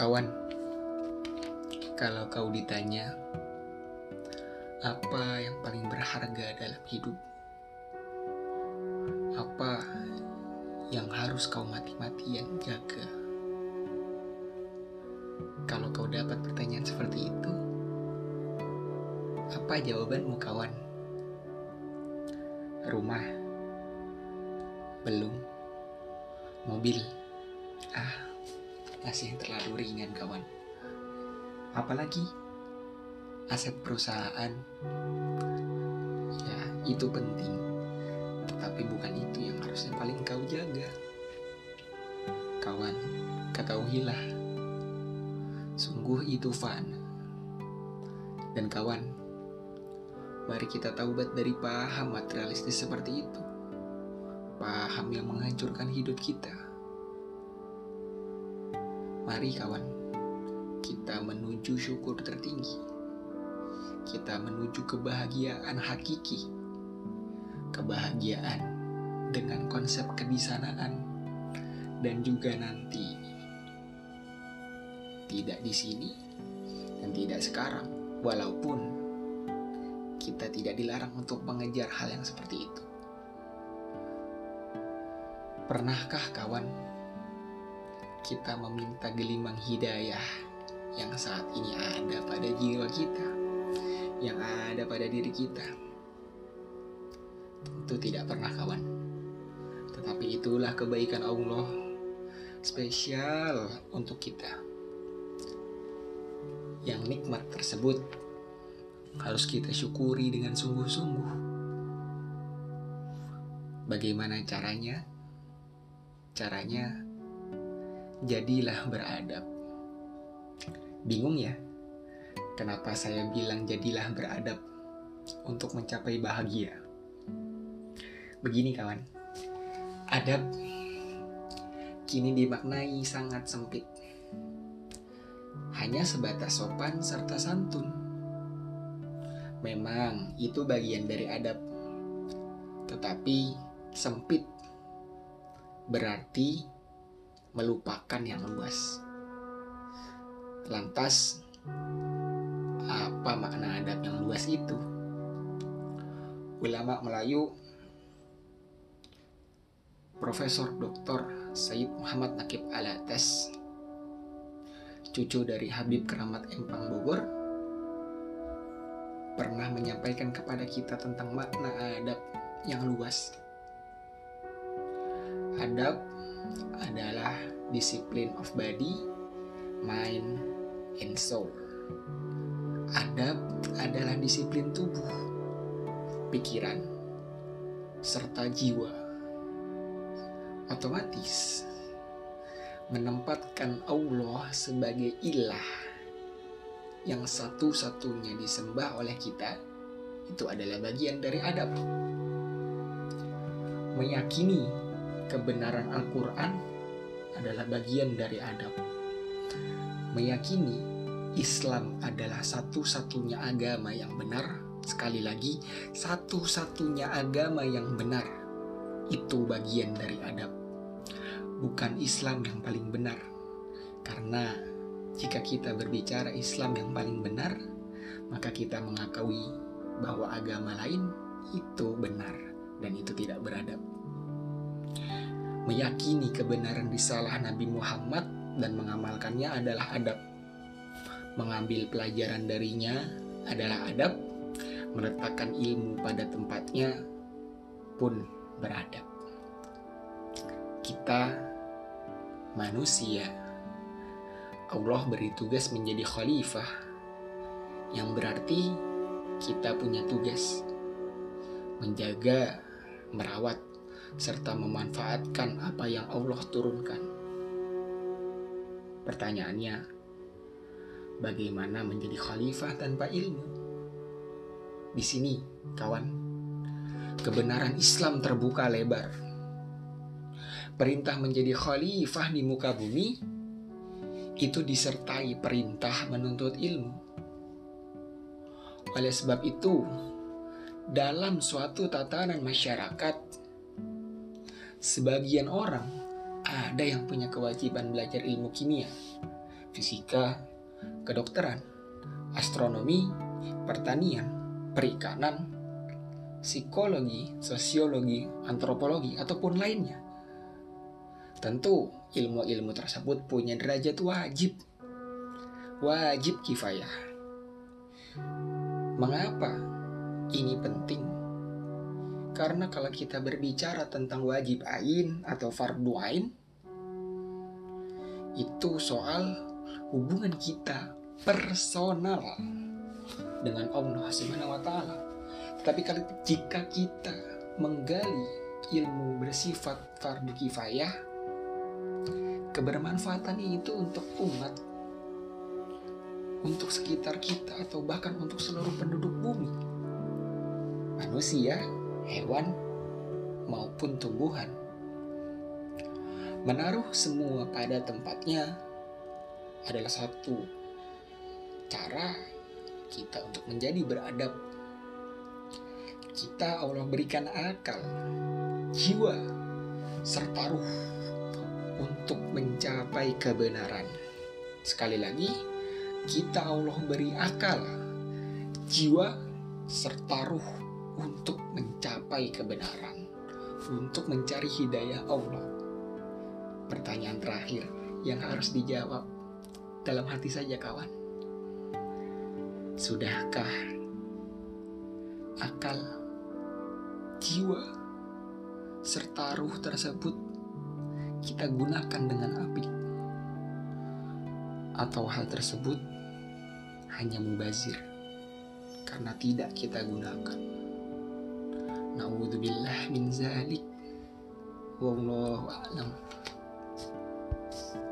Kawan, kalau kau ditanya apa yang paling berharga dalam hidup, apa yang harus kau mati-matian jaga? Kalau kau dapat pertanyaan seperti itu, apa jawabanmu, kawan? Rumah? Belum. Mobil? Masih terlalu ringan, kawan. Apalagi aset perusahaan? Ya, itu penting, tetapi bukan itu yang harusnya paling kau jaga. Kawan, ketahuilah, sungguh itu fana. Dan kawan, mari kita taubat dari paham materialistis seperti itu, paham yang menghancurkan hidup kita. Mari kawan, kita menuju syukur tertinggi. Kita menuju kebahagiaan hakiki. Kebahagiaan dengan konsep kebisanaan. Dan juga nanti tidak di sini dan tidak sekarang. Walaupun kita tidak dilarang untuk mengejar hal yang seperti itu. Pernahkah kawan kita meminta gelimang hidayah yang saat ini ada pada jiwa kita, yang ada pada diri kita? Tentu tidak pernah, kawan. Tetapi itulah kebaikan Allah spesial untuk kita. Yang nikmat tersebut harus kita syukuri dengan sungguh-sungguh. Bagaimana caranya? Caranya, jadilah beradab. Bingung ya? Kenapa saya bilang jadilah beradab untuk mencapai bahagia? Begini kawan, adab kini dimaknai sangat sempit. Hanya sebatas sopan serta santun. Memang itu bagian dari adab, tetapi sempit berarti melupakan yang luas. Lantas, apa makna adab yang luas itu? Ulama Melayu Profesor Dr. Sayyid Muhammad Naqib Alatas, cucu dari Habib Keramat Empang Bogor, pernah menyampaikan kepada kita tentang makna adab yang luas. Adab adalah disiplin of body, mind, and soul. Adab adalah disiplin tubuh, pikiran, serta jiwa. Otomatis menempatkan Allah sebagai ilah yang satu-satunya disembah oleh kita, itu adalah bagian dari adab. Meyakini kebenaran Al-Quran adalah bagian dari adab. Meyakini Islam adalah satu-satunya agama yang benar. Sekali lagi, satu-satunya agama yang benar. Itu bagian dari adab. Bukan Islam yang paling benar. Karena jika kita berbicara Islam yang paling benar, maka kita mengakui bahwa agama lain itu benar dan itu tidak beradab. Meyakini kebenaran risalah Nabi Muhammad dan mengamalkannya adalah adab. Mengambil pelajaran darinya adalah adab. Meletakkan ilmu pada tempatnya pun beradab. Kita manusia, Allah beri tugas menjadi khalifah, yang berarti kita punya tugas menjaga, merawat, serta memanfaatkan apa yang Allah turunkan. Pertanyaannya, bagaimana menjadi khalifah tanpa ilmu? Di sini, kawan, kebenaran Islam terbuka lebar. Perintah menjadi khalifah di muka bumi itu disertai perintah menuntut ilmu. Oleh sebab itu, dalam suatu tatanan masyarakat, sebagian orang ada yang punya kewajiban belajar ilmu kimia, fisika, kedokteran, astronomi, pertanian, perikanan, psikologi, sosiologi, antropologi, ataupun lainnya. Tentu ilmu-ilmu tersebut punya derajat wajib kifayah. Mengapa ini penting? Karena kalau kita berbicara tentang wajib ain atau fardu ain, itu soal hubungan kita personal dengan Allah Subhanahu wa taala. Tetapi jika kita menggali ilmu bersifat fardu kifayah, kebermanfaatannya itu untuk umat, untuk sekitar kita, atau bahkan untuk seluruh penduduk bumi, manusia, hewan, maupun tumbuhan. Menaruh semua pada tempatnya adalah satu cara kita untuk menjadi beradab. Kita Allah berikan akal, jiwa, serta ruh untuk mencapai kebenaran. Sekali lagi, kita Allah beri akal, jiwa, serta ruh untuk mencapai kebenaran, untuk mencari hidayah Allah. Pertanyaan terakhir yang harus dijawab dalam hati saja, kawan. Sudahkah akal, jiwa, serta ruh tersebut kita gunakan dengan apik? Atau hal tersebut hanya mubazir karena tidak kita gunakan? Na'udzubillah min zalik. Wallahu a'lam.